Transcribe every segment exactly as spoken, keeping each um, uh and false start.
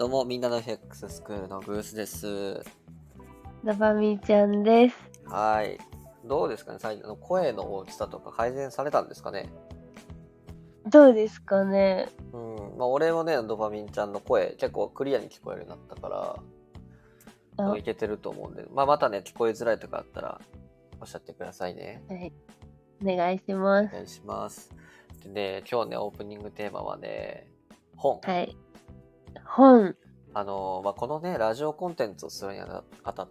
どうも、みんなの エフエックス スクールのグースです。 ドバミちゃんです。 はい。どうですかね、最近の声の大きさとか改善されたんですかね。 どうですかね。 うん。まあ、俺もね、ドバミンちゃんの声結構クリアに聞こえるようになったから、 あ、 いけてると思うんで、まあ、またね、聞こえづらいとかあったらおっしゃってくださいね。 はい。お願いします。 お願いします。でね、今日ね、オープニングテーマはね、本。 はい。本。 あの、まあ、このね、ラジオコンテンツをするにあたって、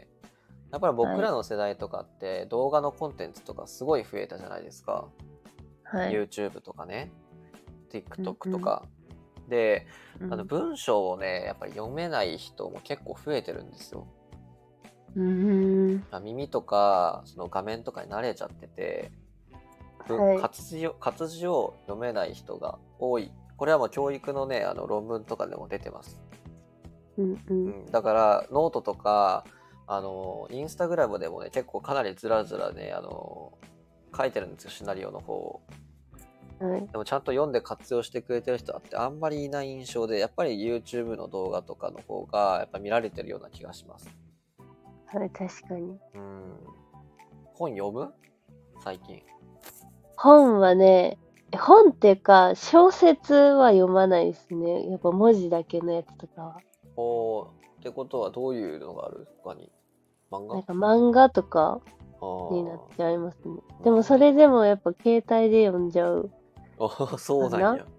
やっぱり僕らの世代とかって動画のコンテンツとかすごい増えたじゃないですか。 はい。 YouTube とかね、TikTok とうんか。で、 うん、 あの文章をね、やっぱり読めない人も結構増えてるんですよ。 うーん。 まあ耳とかその画面とかに慣れちゃってて、 はい。 活字を、活字を読めない人が多い。これはもう教育のね、あの論文とかでも出てます。 うんううんん、だからノートとか、あの、インスタグラムでもね、結構かなりずらずらね、あの、書いてるんですよ、シナリオの方を。 はい。 でもちゃんと読んで活用してくれてる人ってあんまりいない印象で、やっぱり YouTube の動画とかの方がやっぱ見られてるような気がします。 はい、確かに。 うん。本読む？最近。 本はね、本ってか、小説は読まないですね。やっぱ文字だけのやつとかは。 おー、ってことはどういうのがある？他に。漫画？ なんか漫画とかあになっー。 ちゃいますね。 うん、 でもそれでもやっぱ携帯で読んじゃうあ、そかな。 うなんや。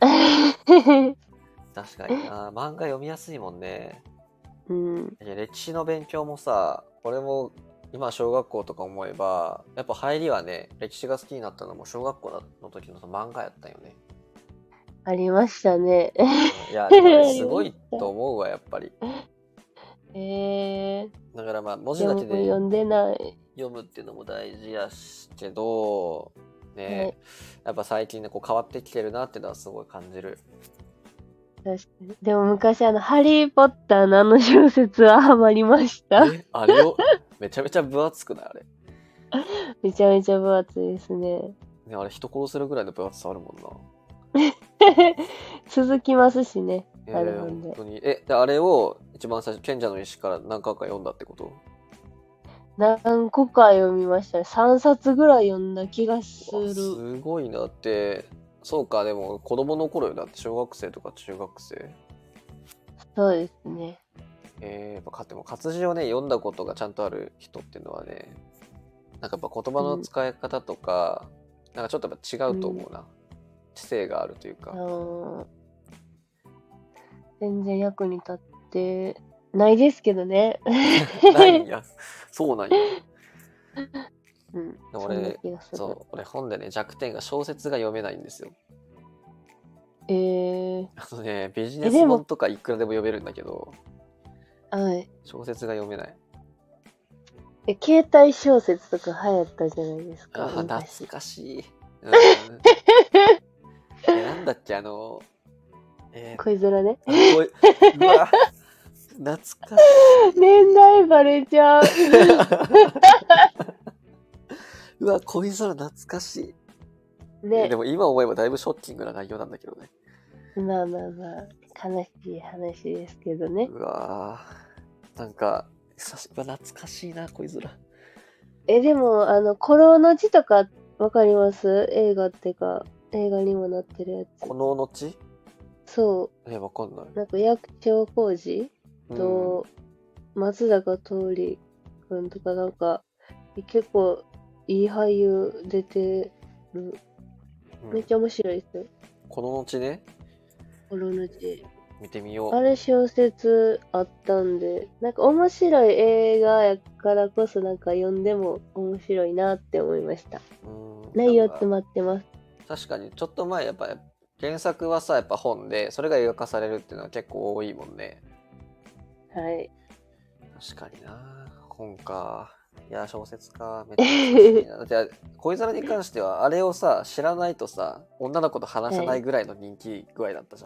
確かにな。漫画読みやすいもんね。 うん。 いや、歴史の勉強もさ、俺も今小学校とか思えば、やっぱ入りはね、歴史が好きになったのも小学校の時の漫画やったよね。 ありましたね。 うん、いや、でもあれありましすごいと思うわ、やっぱり。 た。えー、 だからまあ、文字でもだけで読んでない。 読むっていうのも大事やしけど、 はね、 い。 やっぱ最近ね、こう変わってきてるなっていうのはすごい感じる。 確かに。でも昔あの、ハリーポッターのあの小説はハマりました。 え、あれを、めちゃめちゃ分厚くないあれ。 めちゃめちゃ分厚いですね。 ね、あれ人殺せるぐらいの分厚さあるもんな。 続きますしね。あれえー、 ほんで。 本当に。え、で、あれを一番最初、賢者の石から何回か読んだってこと？ 何個か読みましたね。さんさつぐらい読んだ気がすうわ、 る。 すごいなって。そうか、でも子供の頃よ。だって小学生とか中学生。 そうですね。 えー、やっぱでも活字をね、読んだことがちゃんとある人っていうのはね、なんかやっぱ言葉のうん。 使い方とか、なんかちょっとやっぱ違うとうん。 思うな。知性があるというあか。 のー全然役に立ってないですけどね。 ないんや。そうなんや。 うん。そんなで俺、 気がする。 そう、俺本でね、弱点が小説が読めないんですよ。 えー、 あのね、ビジネえ、でも、 ス本とかいくらでも読めるんだけど、 はい。 小説が読めない。 え、携帯小説とか流行ったじゃないですか、 あー、懐昔。 かしい。うん。え、なんだっけ、あの、え恋空ね。 ー、あ、こういう、うわ、懐かしい。 年代バレちゃう。 うわ、恋空懐かしい。え、でね。 も今思えばだいぶショッキングな内容なんだけどね。 まあまあまあ、悲しい話ですけどね。 うわー、なんか、久しぶり、懐かしいな、恋空。 え、でも、あの、古老の地とか、わかります？映画ってか、映画にもなってるやこつ。 の後？ そえ、わかんない。 う。なんか、役所広司うん。 と、松坂桃李くんとか、なんか、結構、いい俳優出てる。 うん、 めっちゃ面白いですよ。 この後ね、 古老の地。 見てみよあれ小説あったんで、なんか面白い映画やからこそなんか読んでも面白いなって思いました。 う。うん、な内容詰んか、 まってます。 確かに、ちょっと前、やっぱ、原作はさ、やっぱ本で、それが映画化されるっていうのは結構多いもんね。 はい。 確かにな。本か。いや、小説か。めっちゃ懐かしいな。だって、恋空に関しては、あれをさ、知らないとさ、女の子と話せはい。 ないぐらいの人気具合だったじゃん。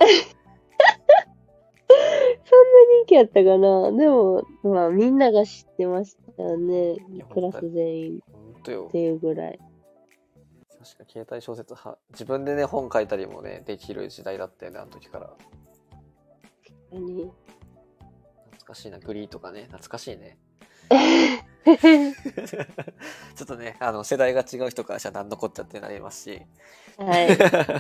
そんな人気やったかな。でも、まあみんなが知ってましたよね。 いや、 クラ本当に。 ス全員本当よ。 っていうぐらい。 確か携帯小説は、自分でね、本書いたりもね、できる時代だったよね、あの時から。 何懐かしいな、グリーとかね、懐かしいね。ちょっとね、あの、世代が違う人からしたら何のこっちゃってなりますし。 はい。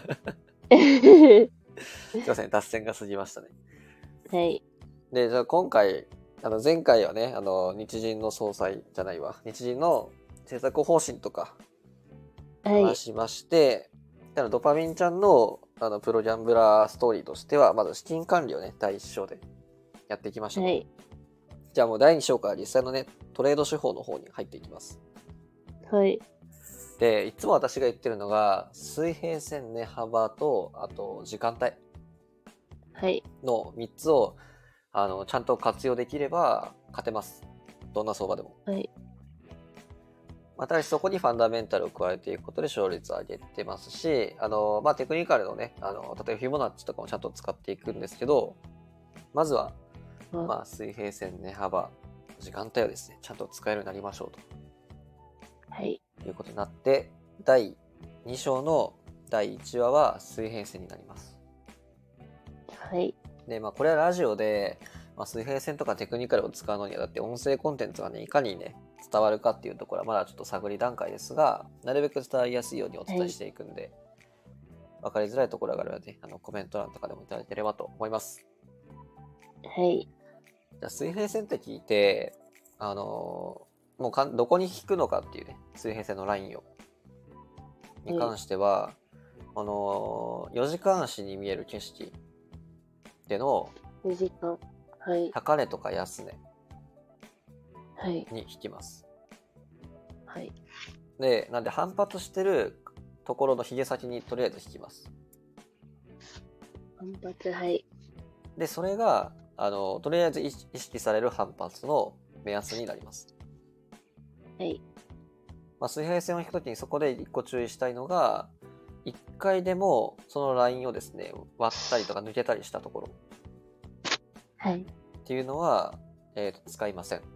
すいません、脱線が過ぎましたね。 はい。 で、じゃあ今回、あの、前回はね、あの、日銀の総裁じゃないわ、日銀の政策方針とかはい。 話しまして、あのドパミンちゃんの、あの、プロギャンブラーストーリーとしては、まず資金管理をね、第一章でやっていきましたと。 はい。 じゃあもうだいに章から実際のね、トレード手法の方に入っていきます。 はい。 で、いつも私が言ってるのが、水平線、値幅と、あと時間帯はい。 のみっつを、あの、ちゃんと活用できれば勝てます。どんな相場でも。 はい。 またそこにファンダメンタルを加えていくことで勝率を上げてますし、あの、まあ、テクニカルのね、あの、例えばフィボナッチとかもちゃんと使っていくんですけど、まずは、 あまあ、水平線、値幅、時間帯をですね、ちゃんと使えるようになりましょうはい。 ということになって、だいに章のだいいちわは水平線になります。 はい。 で、まあ、これはラジオで、まあ、水平線とかテクニカルを使うのには、だって音声コンテンツがね、いかにね、伝わるかっていうところはまだちょっと探り段階ですが、なるべく伝わりやすいようにお伝えしていくんで、わかりづらいところがあればね、あの、コメント欄とかでもいただければと思います。 はい。 じゃあ、水平線って聞いて、あのーもうかんどこに引くのかっていうね、水平線のラインを、に関しては、あのーよじかん足に見える景色でのにじかん。はい。 高値とか安値はい。 に引きます。 はい。 で、なんで反発してるところのヒゲ先にとりあえず引きます。 反発。はい。 で、それが、あの、とりあえず意識される反発の目安になります。 はい。 まあ、水平線を引くときにそこで一個注意したいのが、一回でもそのラインをですね、割ったりとか抜けたりしたところはい。 っていうのは、えーと、使いません。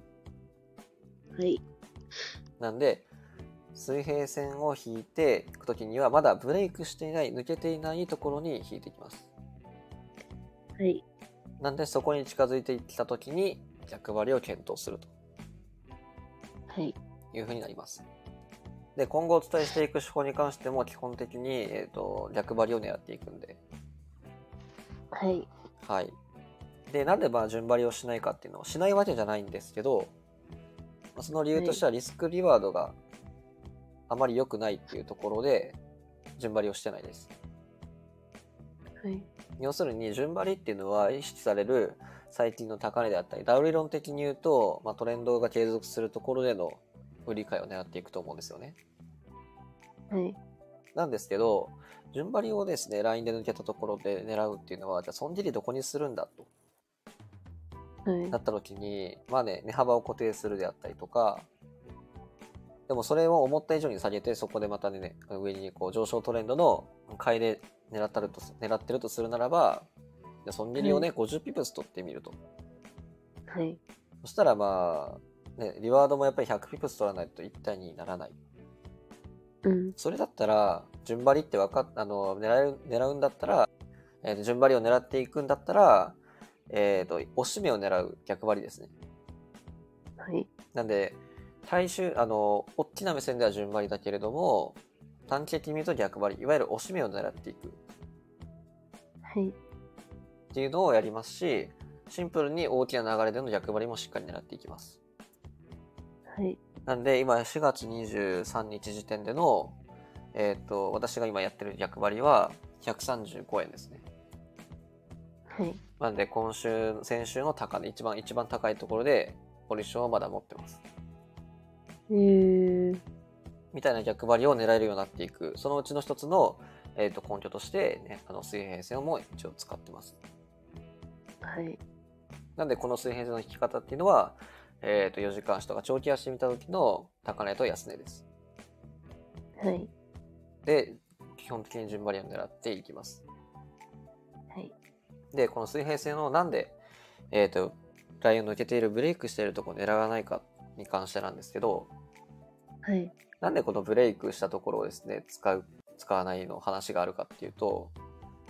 はい。 なんで、水平線を引いていくときには、まだブレイクしていない、抜けていないところに引いていきます。 はい。 なんで、そこに近づいてきたときに逆張りを検討するとはい。 いうふうになります。で、今後お伝えしていく手法に関しても、基本的に、えーと、逆張りを狙っていくんで。 はい。 はい。で、なんでまあ順張りをしないかっていうのをしないわけじゃないんですけど、その理由としてはリスクリワードがあまり良くないっていうところで、順張りをしてないです。 はい。 要するに、順張りっていうのは意識される最近の高値であったり、ダウ理論的に言うと、まあ、トレンドが継続するところでの売り買いを狙っていくと思うんですよね。 はい。 なんですけど、順張りをですね、ラインで抜けたところで狙うっていうのは、じゃあ損切りどこにするんだと。 はいなった時に、まあね、値幅を固定するであったりとか、でもそれを思った以上に下げて、そこでまたね、上にこう上昇トレンドの買いで狙ってると、狙ってるとするならば、損切りをね、はい、ごじゅうピプス取ってみると。 はい。 そしたらまあ、ね、リワードもやっぱりひゃくピプス取らないといち対ににならない。 うん。 それだったら、順張りってわかっ、あの、狙う、狙うんだったら、えーと、順張りを狙っていくんだったら、えっと、押し目を狙う逆張りですね。 はい。 なんで、大衆、あの、大きな目線では順張りだけれども、短期的に見ると逆張り、いわゆる押し目を狙っていく。 はい。 っていうのをやりますし、シンプルに大きな流れでの逆張りもしっかり狙っていきます。 はい。 なんで、今しがつにじゅうさんにち時点での、えっと、私が今やってる逆張りはひゃくさんじゅうごえんですね。 はい。 なんで、今週、先週の高値、一番、一番高いところで、ポジションをまだ持ってます。 へー。 みたいな逆張りを狙えるようになっていく。そのうちの一つの、えーと、根拠として、ね、あの水平線をも一応使ってます。 はい。 なんで、この水平線の引き方っていうのは、えーと、よじかん足とか長期足見た時の高値と安値です。 はい。 で、基本的に順張りを狙っていきます。 はい。 で、この水平線をなんで、えっと、ラインを抜けている、ブレイクしているところを狙わないかに関してなんですけど、 はい。 なんでこのブレイクしたところをですね、使う、使わないの話があるかっていうと、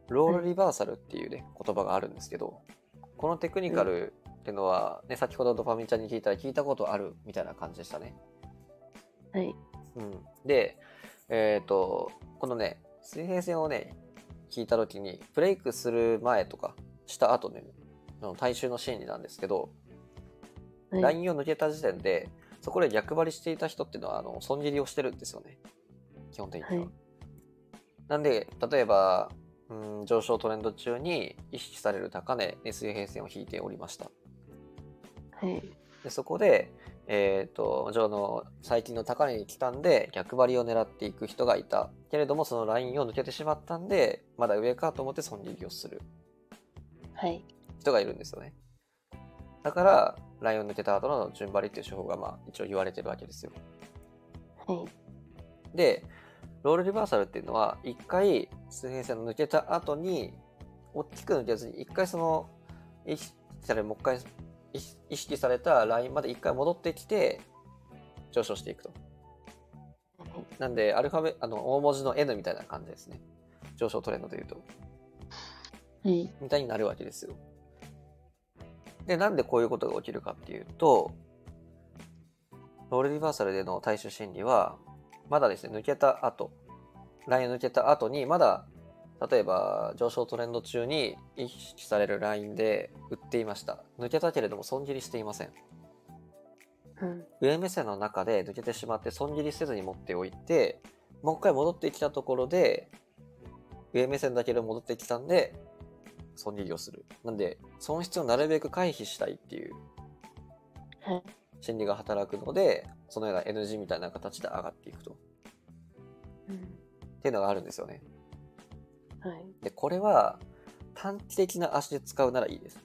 ロールリバーサルっていうね、言葉があるんですけど、このテクニカルっていうのは、ね、先ほどドパミンちゃんに聞いたら聞いたことあるみたいな感じでしたね。 はい。 うん。で、えっと、このね、水平線をね、聞いたときに、ブレイクする前とか、した後ね、の大衆の心理なんですけど、 はい。 ラインを抜けた時点で、そこで逆張りしていた人っていうのは、あの、損切りをしてるんですよね。基本的には。 はい。 なんで、例えば、うん、上昇トレンド中に意識される高値で水平線を引いておりました。 はい。 でそこで、えっと、上の最近の高値に来たんで、逆張りを狙っていく人がいた。けれども、そのラインを抜けてしまったんで、まだ上かと思って損切りをするはい。 人がいるんですよね。だから、ラインを抜けた後の順張りっていう手法が、まあ、一応言われてるわけですよ。 はい。 で、ロールリバーサルっていうのは、一回水平線を抜けた後に、大きく抜けずに、一回その、意識され、もう一回、意識されたラインまで一回戻ってきて、上昇していくと。なんで、アルファベあの、大文字の N みたいな感じですね。上昇トレンドで言うと。 はい。 みたいになるわけですよ。で、なんでこういうことが起きるかっていうと、ロールリバーサルでの対処心理は、まだですね、抜けた後、ラインを抜けた後に、まだ、例えば上昇トレンド中に意識されるラインで売っていました。抜けたけれども損切りしていません。 うん。 上目線の中で抜けてしまって損切りせずに持っておいて、もう一回戻ってきたところで、上目線だけで戻ってきたんで、損切りをする。なんで、損失をなるべく回避したいっていうはい。 心理が働くので、そのような エヌジー みたいな形で上がっていくと。 うん。 っていうのがあるんですよね。 はい。 で、これは短期的な足で使うならいいです。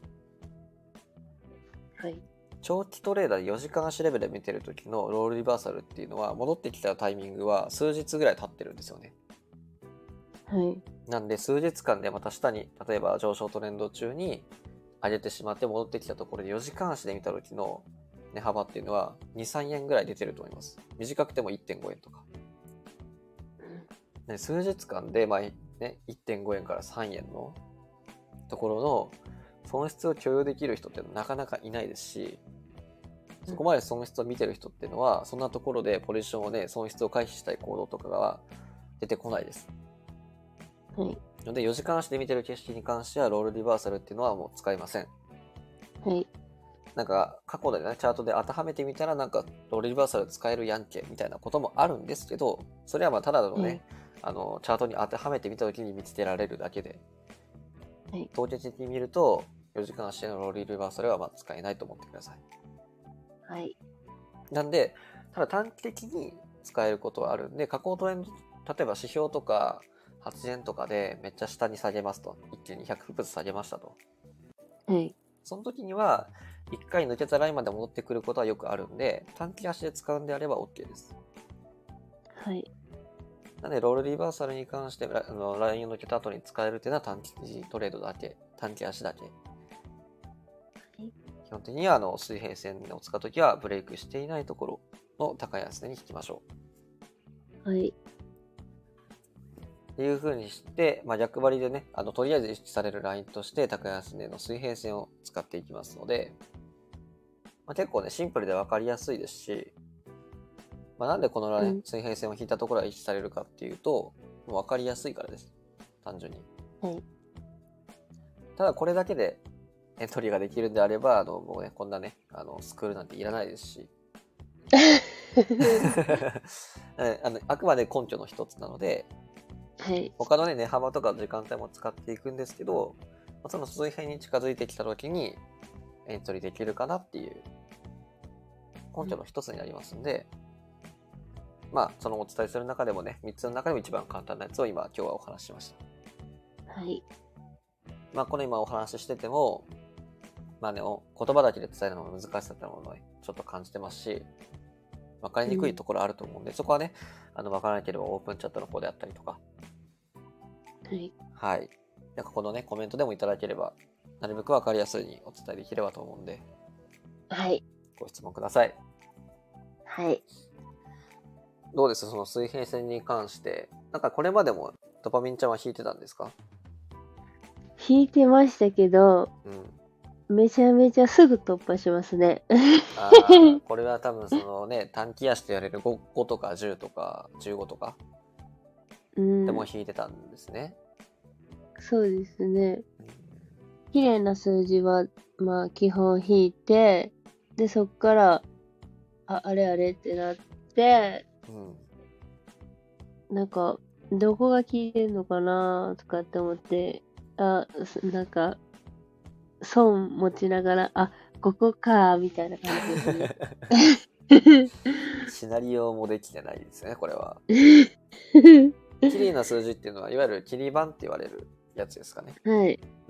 はい。 長期トレーダーでよじかん足レベルで見てる時のロールリバーサルっていうのは、戻ってきたタイミングは数日ぐらい経ってるんですよね。 はい。 なんで数日間でまた下に、例えば上昇トレンド中に上げてしまって戻ってきたところでよじかん足で見た時の値幅っていうのはに、さんえんぐらい出てると思います。短くても いってんごえんとか。ね、数日間で、まあね、いってんごえんからさんえんのところの損失を許容できる人ってなかなかいないですし、そこまで損失を見てる人っていうのは、そんなところでポジションをね、損失を回避したい行動とかが出てこないです。 はい。 ので、よじかん足で見てる景色に関しては、ロールリバーサルっていうのはもう使いません。 はい。 なんか、過去でね、チャートで当てはめてみたら、なんか、ロールリバーサル使えるやんけ、みたいなこともあるんですけど、それはまあ、ただのね、あの、チャートに当てはめてみたときに見つけられるだけで、 はい。 統計的に見ると、よじかん足でのロールリバーサルはまあ使えないと思ってください。 はい。 なんで、ただ短期的に使えることはあるんで、下降トレンド、例えば指標とか発言とかでめっちゃ下に下げますと、一気にひゃくピプス下げましたと。 はい。 その時には、一回抜けたラインまで戻ってくることはよくあるんで、短期足で使うんであれば OK です。 はい。 なので、ロールリバーサルに関して、あのラインを抜けた後に使えるっていうのは短期トレードだけ、短期足だけ。基本的にはあの水平線を使うときはブレイクしていないところの高安値に引きましょう。はい。 っていう風にして、まあ、逆張りでね、あのとりあえず意識されるラインとして高安値の水平線を使っていきますので、まあ、結構ねシンプルで分かりやすいですし、まあ、なんでこのライン、うん、水平線を引いたところが意識されるかっていうと、もう分かりやすいからです。単純に。 はい。ただこれだけでエントリーができるんであれば、あのもうね、こんなね、あのスクールなんていらないですし。あのあくまで根拠の一つなので、 はい、 他のね、値幅とか時間帯も使っていくんですけど、その水平に近づいてきた時にエントリーできるかなっていう根拠の一つになりますんで、うん、まあ、そのお伝えする中でもね、みっつの中でも一番簡単なやつを今、今日はお話ししました。 はい。 まあ、この今お話ししてても、まあね、言葉だけで伝えるのの難しさってものをちょっと感じてますし、分かりにくいところあると思うんで、うん、そこはね、あの分からなければオープンチャットの方であったりとか、 はい。 はい。なんかこのね、コメントでもいただければ、なるべく分かりやすいようにお伝えできればと思うんで、 はい。 ご質問ください。 はい。 どうですその水平線に関して、なんかこれまでもドパミンちゃんは引いてたんですか？ 引いてましたけど、 うん。 めちゃめちゃすぐ突破しますね。 ああ、これは多分そのね、短期足と言われる ご, ごとかじゅうとかじゅうごとかうんでも引いてたんですね。 そうですね。 うん綺麗な数字は、まあ、基本引いて、で、そっから、あ、あれあれってなって、 うん。 なんか、どこが効いてんのかなとかって思って、あ、すなんか、損持ちながら、あ、ここか、みたいな感じですね。 シナリオもできてないですね、これは。綺麗な数字っていうのは、いわゆる切り板って言われるやつですかね。 はい。 うん。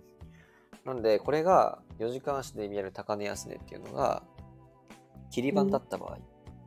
なんで、これがよじかん足で見える高値安値っていうのが、切り板だった場合、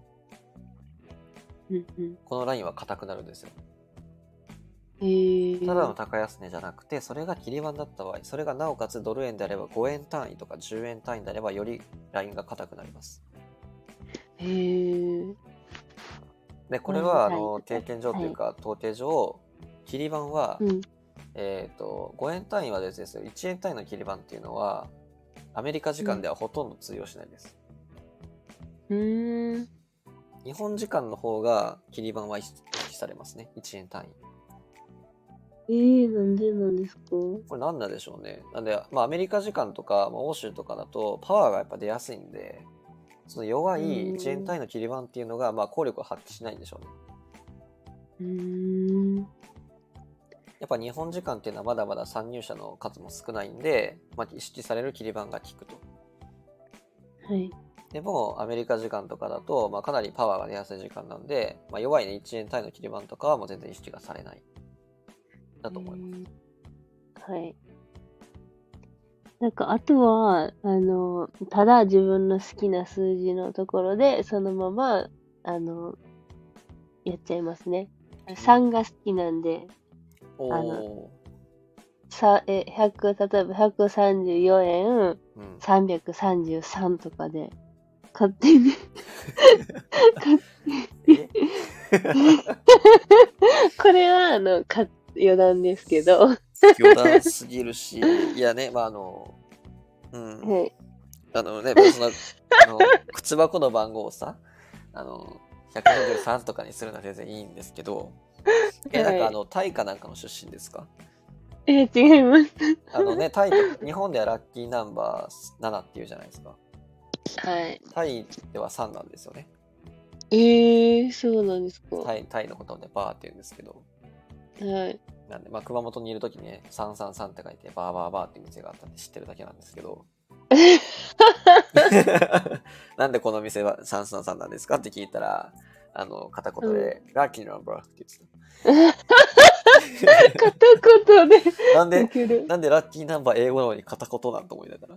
うんうん、 このラインは硬くなるんですよ。 えー、 ただの高安値じゃなくて、それが切り板だった場合、それがなおかつドル円であればごえん単位とかじゅうえん単位であれば、よりラインが硬くなります。 へー。 で、これは、あはいの、経験上というか、統計上、切り板は、 うん、 えっと、ごえん単位はですね、いちえん単位の切り板っていうのは、アメリカ時間ではほとんど通用しないです。 うーん。 日本時間の方が切り板は意識されますね。いちえん単位。 えー、なんでなんですか？ これ何なんでしょうね。なんで、まあアメリカ時間とか、まあ、欧州とかだとパワーがやっぱ出やすいんで、その弱いいちえん単位の切り板っていうのが、まあ効力を発揮しないんでしょうね。 うーん。 やっぱ日本時間っていうのはまだまだ参入者の数も少ないんで、まあ、意識される切り板が効くと。 はい。 でも、アメリカ時間とかだと、まあ、かなりパワーが出やすい時間なんで、まあ、弱いね、いちえん単位の切り板とかはもう全然意識がされない。だと思います。 はい。なんか、あとは、あの、ただ自分の好きな数字のところで、そのまま、あの、やっちゃいますね。さんが好きなんで、あの、 おー。 さ、え、ひゃく、例えばひゃくさんじゅうよえん、 うん。 さんびゃくさんじゅうさんとかで、勝手に勝手にこれは、あの、か余談ですけど。 余談すぎるし、いやね、まあ、あの、うん。 はい。 あのね、その、あの、靴箱の番号をさ、あの、ひゃくよんじゅうさんとかにするのは全然いいんですけど、え、なんかあの、タイかなんかの出身ですか？ え、違います。 あのね、タイと、日本ではラッキーナンバーななっていうじゃないですか。 はい。 タイではさんなんですよね。 えー、そうなんですか。 タイ、タイのことをね、バーって言うんですけど。 はい。 なんで、まあ、熊本にいるときにね、さんさんさんって書いて、バーバーバーっていう店があったんで知ってるだけなんですけど。なんでこの店はさんさんさんなんですかって聞いたら、あの、片言で、うん、ラッキーナンバーって言ってた。 片言で。 なんで、なんでラッキーナンバー英語なのに片言なんと思いながら。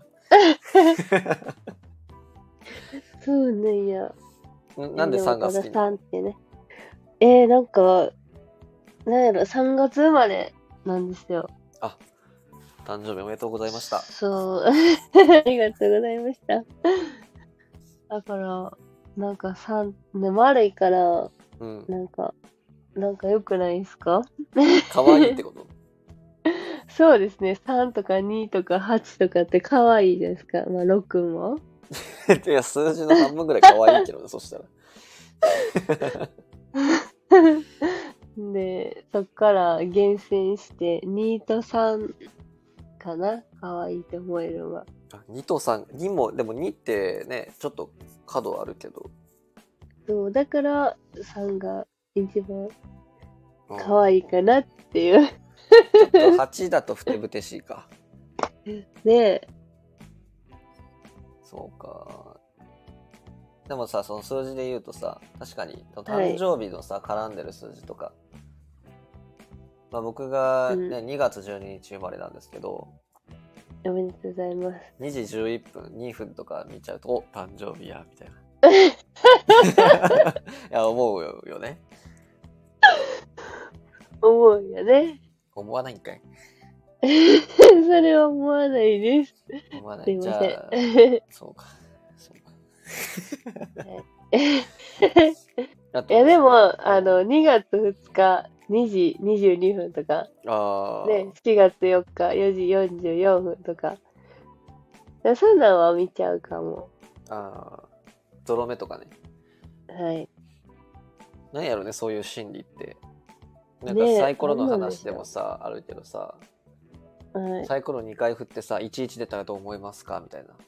そうなんや。 なんでさんが好きなの？ ってね。えー、なんか、なんやろ、さんがつ生まれなんですよ。 あ、誕生日おめでとうございました。 そう。ありがとうございました。だから、なんかさん、ね、丸いから、うん、なんか、なんか良くないですか？ かわいいってこと？ そうですね。さんとかにとかはちとかって可愛いじゃないですか。まあ、ろくも。 いや、数字の半分ぐらい可愛いけどね、そしたら。 で、そっから厳選して、にとさんかな？可愛いって思えるのは。 にとさん、にも、でもにってね、ちょっと角あるけど。 そう、だからさんが一番可愛いかなっていう。 ちょっとはちだとふてぶてしいか。 で、 そうか。でもさ、その数字で言うとさ、確かに、誕生日のさ、はい、絡んでる数字とか。まあ僕がね、うん、にがつじゅうににち生まれなんですけど、 おめでとうございます。 にじじゅういっぷん、にふんとか見ちゃうと、お、誕生日や、みたいな。いや、思うよね。 思うよね。 思わないんかい。 それは思わないです。 思わない。 すいません。 じゃあ、そうか。そうか。 いや、でも、あの、にがつふつかにじにじゅうにふんとか、 あね、しちがつよっかよじよんじゅうよんぷんとか、そんなんは見ちゃうかも。 あ、ああ、ゾロ目とかね。 はい。 なんやろね、そういう心理って。なんかねえ、 サイコロのなんなんで話でしょもさ、あるけどさ、 う。はい。 サイコロにかい振ってさ、いちいち出たらどう思いますかみたいな。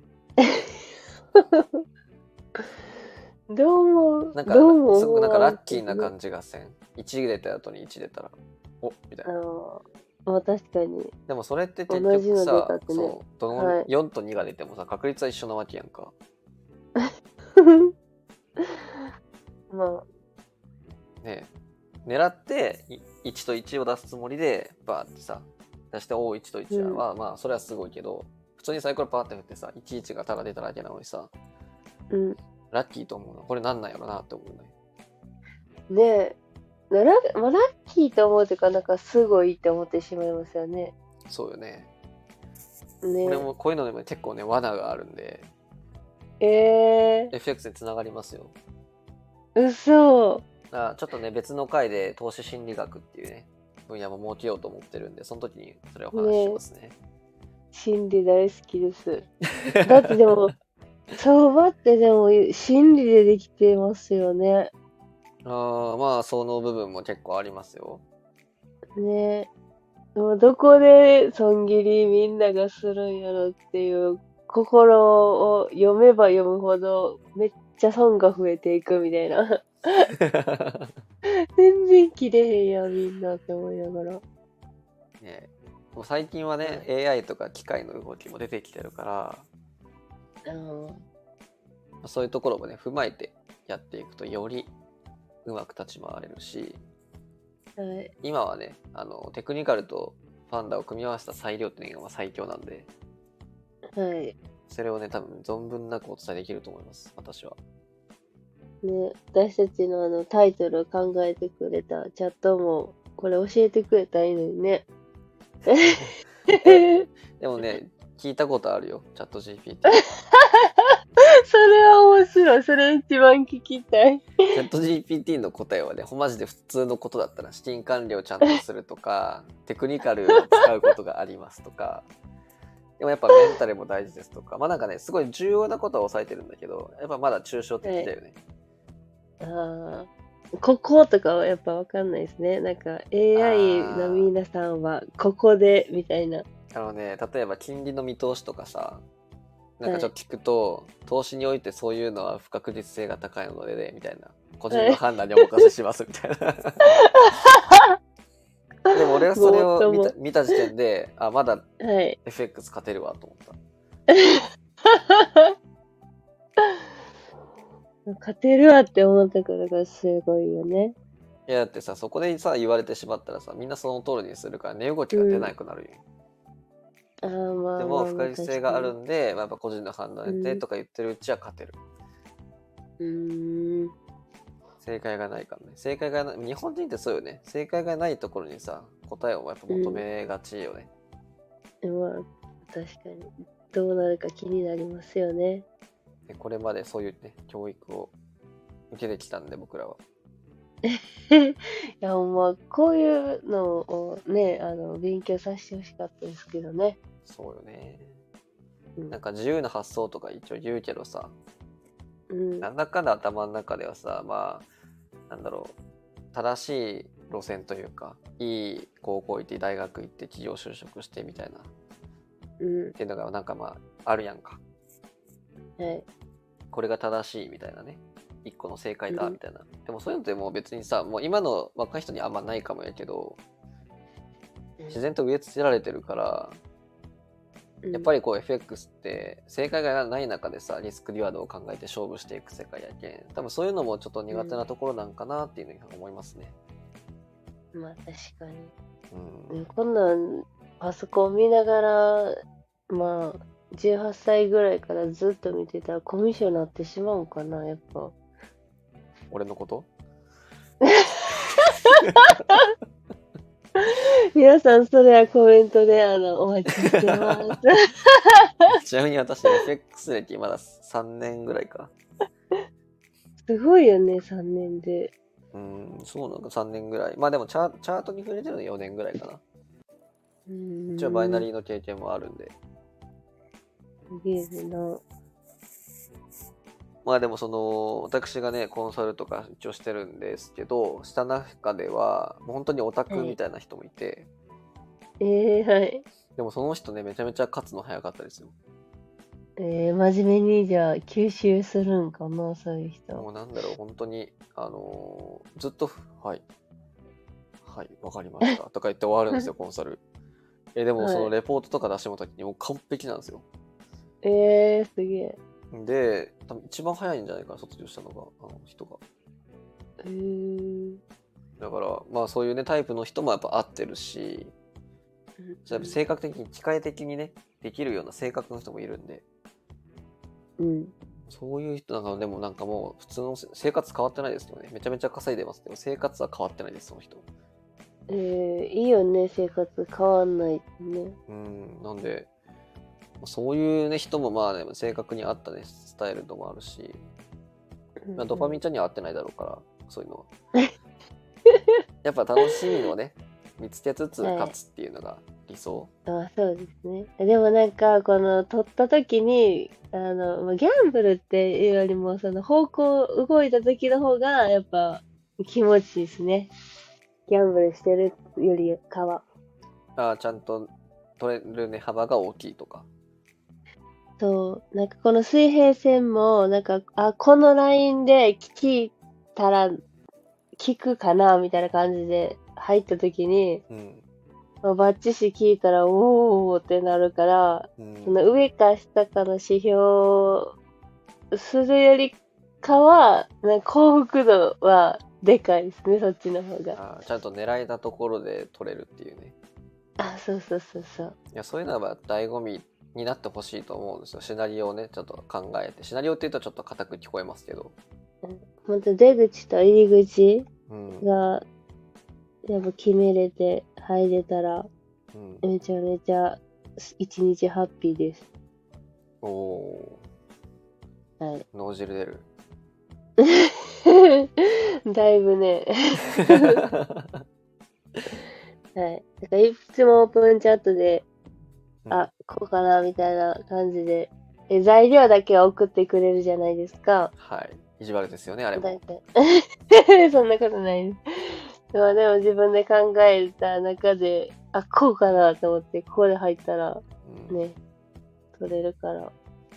どうも、 なんか、 どうもすごくなんか思わんラッキーなけどね。 感じがせん。いち出た後にいち出たら、おみたいな。 あの、まあ確かに、 でもそれって結同じの出た局さ、 ってね。 そう、どのはい。 よんとにが出てもさ、確率は一緒なわけやんか。 まねえ、狙っていいちといちを出すつもりで、バーってさ、出して、おういちといちは、 うんまあまあ、それはすごいけど、普通にサイコロパーって振ってさ、いちいちがただ出ただけなのにさ、 あ、うん。 ラッキーと思うの。これなんなんやろなって思うね。 ねえ、なら、まあ、ラッキーと思うというか、なんかすごいって思ってしまいますよね。 そうよね。 ねこれも、こういうのでも結構ね、罠があるんで、 え。えエフエックス につながりますよ。 ー、嘘。 あ、ちょっとね、別の回で投資心理学っていうね、分野も設けようと思ってるんで、その時にそれをお話ししますね。 心理大好きです。だってでも、相場ってでも心理でできてますよね。 ああ、まあ、その部分も結構ありますよ。 ね。もうどこで損切りみんながするんやろっていう心を読めば読むほどめっちゃ損が増えていくみたいな。全然切れへんやんみんなって思いながら。 ね、もう最近はね、エーアイ とか機械の動きも出てきてるから、 うん、 そういうところもね、踏まえてやっていくとよりうまく立ち回れるし、 はい、 今はね、あのテクニカルとファンダを組み合わせた裁量っていうのが最強なんで、 はい。 それをね、多分存分なくお伝えできると思います、私は。 ね、私たちのあのタイトルを考えてくれたチャットもこれ教えてくれたらいいのにね。 え、でもね、聞いたことあるよ、チャット ジーピーティー。 それは面白い。それ一番聞きたい。 チャット ジーピーティー の答えはね、ほマジで普通のことだったら、資金管理をちゃんとするとか、テクニカルを使うことがありますとか、でもやっぱメンタルも大事ですとか、まあなんかね、すごい重要なことは抑えてるんだけど、やっぱまだ抽象的だよね。 ああ、こことかはやっぱわかんないですね。なんか エーアイ の皆さんはここでみたいな。 あのね、例えば金利の見通しとかさ、なんかちょっと聞くと、はい、投資においてそういうのは不確実性が高いので、ね、みたいな。個人の判断にお任せしますみたいな。でも俺はそれを見た見た時点で、あ、まだ エフエックス 勝てるわと思った。 はい、勝てるわって思ったからがすごいよね。 いやだってさ、そこでさ言われてしまったらさ、みんなその通りにするから値動きが出なくなるよ。 うん、あまあ、 でも不確実性があるんで、まあ、やっぱ個人の判断でとか言ってるうちは勝てる。 うーん。 正解がないからね。正解がない。日本人ってそうよね。正解がないところにさ、答えをやっぱ求めがちよね。 うん、まあ、確かに。どうなるか気になりますよね。 でこれまでそういうね、教育を受けてきたんで、僕らは。 いや、まあ、こういうのをね、あの、勉強させてほしかったですけどね。 そうよね。 うん、 なんか自由な発想とか一応言うけどさ、 うん、 なんだかんだ頭の中ではさ、まあ、なんだろう、正しい路線というか、いい高校行って大学行って企業就職してみたいな、 うん、 っていうのがなんかまあ、あるやんか。 はい。 これが正しいみたいなね。一個の正解だみたいな。うん、でもそういうのってもう別にさ、もう今の若い人にあんまないかもやけど、自然と植え付けられてるから、やっぱりこう エフエックス って正解がない中でさ、リスクリワードを考えて勝負していく世界やけん、多分そういうのもちょっと苦手なところなんかなっていうふうに思いますね。 うん、まあ確かに。 うん、 こんなんパソコン見ながら、まあじゅうはっさいぐらいからずっと見てたらコミュ障になってしまうんかな、やっぱ。 俺のこと皆さんそれはコメントであのお待ちしてますちなみに私 エフエックス 歴まださんねんぐらいか。 すごいよね、さんねんで。 うん、そうなんかさんねんぐらい。まあでもチャ、チャートに触れてるのはよねんぐらいかな。 うーん。 一応バイナリーの経験もあるんで。 すげえな。 まあでもその、私がね、コンサルとか一応してるんですけど、した中では、もう本当にオタクみたいな人もいて、 ええー、はい。 でもその人ね、めちゃめちゃ勝つの早かったですよ。 えー、真面目にじゃあ吸収するんかな、そういう人。 もうなんだろう、本当に、あのーずっと、はい、はい、わかりました。とか言って終わるんですよ、コンサル。え、でもそのはい。 レポートとか出してもらった時にもう完璧なんですよ。 えー、すげえ。 で、多分一番早いんじゃないかな、卒業したのが、あの人が。 えー、 だから、まあそういうね、タイプの人もやっぱ合ってるし、やっぱ性格的に、機械的にね、できるような性格の人もいるんで、 うん。 そういう人なんかでもなんかもう普通のせ生活変わってないですよね。めちゃめちゃ稼いでますけど、生活は変わってないです、その人。 えー、いいよね、生活変わんないね。 うん、なんで、そういうね、人もまあでも性格に合ったね、スタイルともあるし、まあ、ドパミンちゃんには合ってないだろうから、そういうのは。やっぱ楽しみをね、見つけつつ勝つっていうのが理想。 あ、そうですね。でもなんか、この、取った時に、あの、まあギャンブルっていうよりも、その方向、動いた時の方が、やっぱ、気持ちいいですね。ギャンブルしてるよりかは。 ああ、ちゃんと取れるね、幅が大きいとか。 そう、なんかこの水平線も、なんか、あ、このラインで聞いたら、聞くかな、みたいな感じで入った時に、 うん。 まあバッチシ聞いたら、おーってなるから、 うんその上か下かの指標するよりかは、なんか幸福度はでかいですね、そっちの方が。 あーちゃんと狙えたところで取れるっていうね。 あ、そうそうそうそう。 いや、そういうのは醍醐味になってほしいと思うんですよ。シナリオをね、ちょっと考えて。シナリオって言うとちょっと硬く聞こえますけど。 ほんと出口と入り口うん。 が、やっぱ決めれて入れたら、 うん、 めちゃめちゃ一日ハッピーです。 おおはい。 ー、脳汁出る。 だいぶね。はい。だからいつもオープンチャットで、 うん、 あ、こうかな、みたいな感じで、え材料だけは送ってくれるじゃないですか。 はい。意地悪ですよね、あれも。 だいたい。そんなことないです。でもでも自分で考えた中で、あ、こうかなと思って、ここで入ったら、 うん、 ね、取れるから、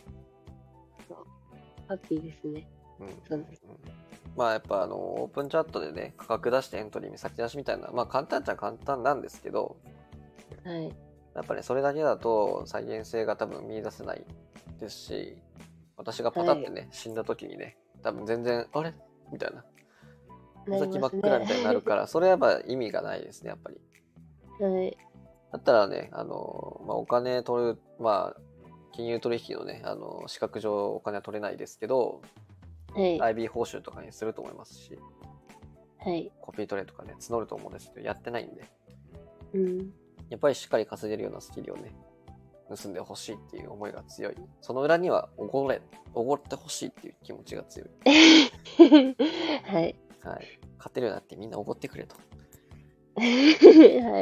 ハッピーですね。 うんそううんまあやっぱあのオープンチャットでね価格出してエントリーに先出しみたいなまあ簡単っちゃ簡単なんですけどはい。 やっぱり、ね、それだけだと再現性が多分見出せないですし私がパタってね、死んだ時にね多分全然あれみたいななり先真っます暗みたいになるね。 からそれはやっぱ意味がないですねやっぱり。 はい。 だったらねあの、まあ、お金取るまあ金融取引のねあの資格上お金は取れないですけどはい。 アイビー 報酬とかにすると思いますしはい。 コピートレとかね募ると思うんですけどやってないんでうん。 やっぱりしっかり稼げるようなスキルをね盗んでほしいっていう思いが強いその裏にはおごれおごってほしいっていう気持ちが強いはい。 はい勝てるようになってみんなおごってくれとはい。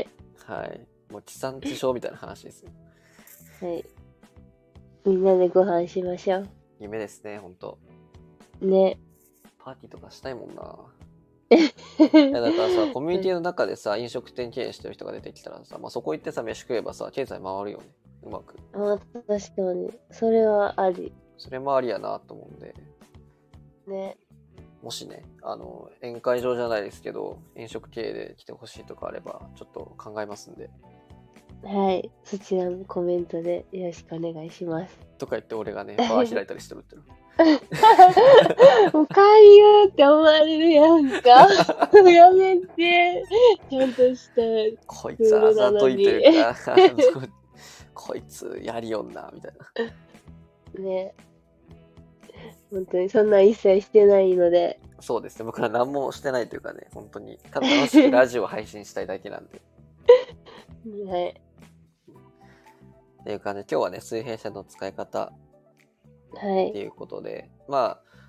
はいもう地産地消みたいな話ですよはい。みんなでご飯しましょ夢ですねほんとう。ね。 パーティーとかしたいもんないやだからさコミュニティの中でさ飲食店経営してる人が出てきたらさ、まあ、そこ行ってさ飯食えばさ経済回るよねうまくあ、確かに。それはあり。 それもありやなと思うんでね。 もしねあの宴会場じゃないですけど飲食経営で来てほしいとかあればちょっと考えますんではい。そちらのコメントでよろしくお願いします。 とか言って俺がねバー開いたりしてるってるもう勧誘って思われるやんか。やめて。ちゃんとしたこいルールつあざなのに。 といというかこいつやりよんなみたいなね。本当にそんなん一切してないので。 そうですね僕は何もしてないというかね本当にただ楽しくラジオを配信したいだけなんではい。 っていうかね今日はね水平線の使い方はい。 っていうことでまあ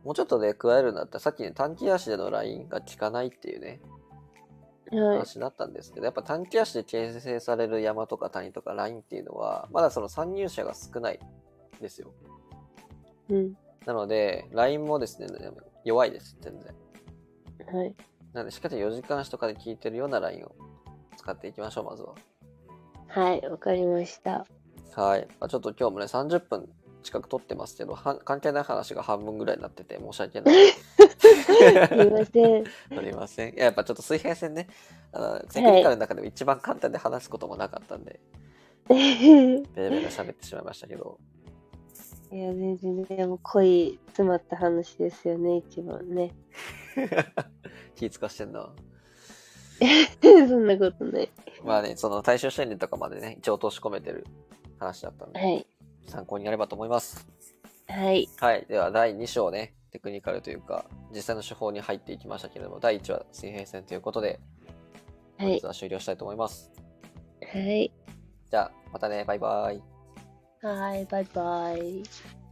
もうちょっとね、加えるんだったら、さっきね、短期足でのラインが効かないっていうね、 はい。 話だったんですけど、やっぱ短期足で形成される山とか谷とかラインっていうのは、まだその参入者が少ないんですよ。 うん。 なので、ラインもですね、弱いです、全然。 はい。 なので、しっかりよじかん足とかで効いてるようなラインを使っていきましょう、まずは。 はい、わかりました。 はい。まあ、ちょっと今日もね、さんじゅっぷん近く撮ってますけど、は関係ない話が半分ぐらいになってて申し訳ない。 すいません。 すみません。いや、やっぱちょっと水平線ね、あのテクニカルの中でも一番簡単で話すこともなかったんで、ベラベラ喋ってしまいましたけど。 いや、全然でも濃い詰まった話ですよね、一番ね。 気使してんな。 そんなことない。 まあね、その大衆心理とかまでね、一応落とし込めてる話だったんで、 はい。 参考になればと思います。 はい。 はい。では、だいに章ね、テクニカルというか、実際の手法に入っていきましたけれども、だいいち話、水平線ということで、 はい。 本日は終了したいと思います。 はい。 じゃあ、またね、バイバイ。 はい、バイバイ。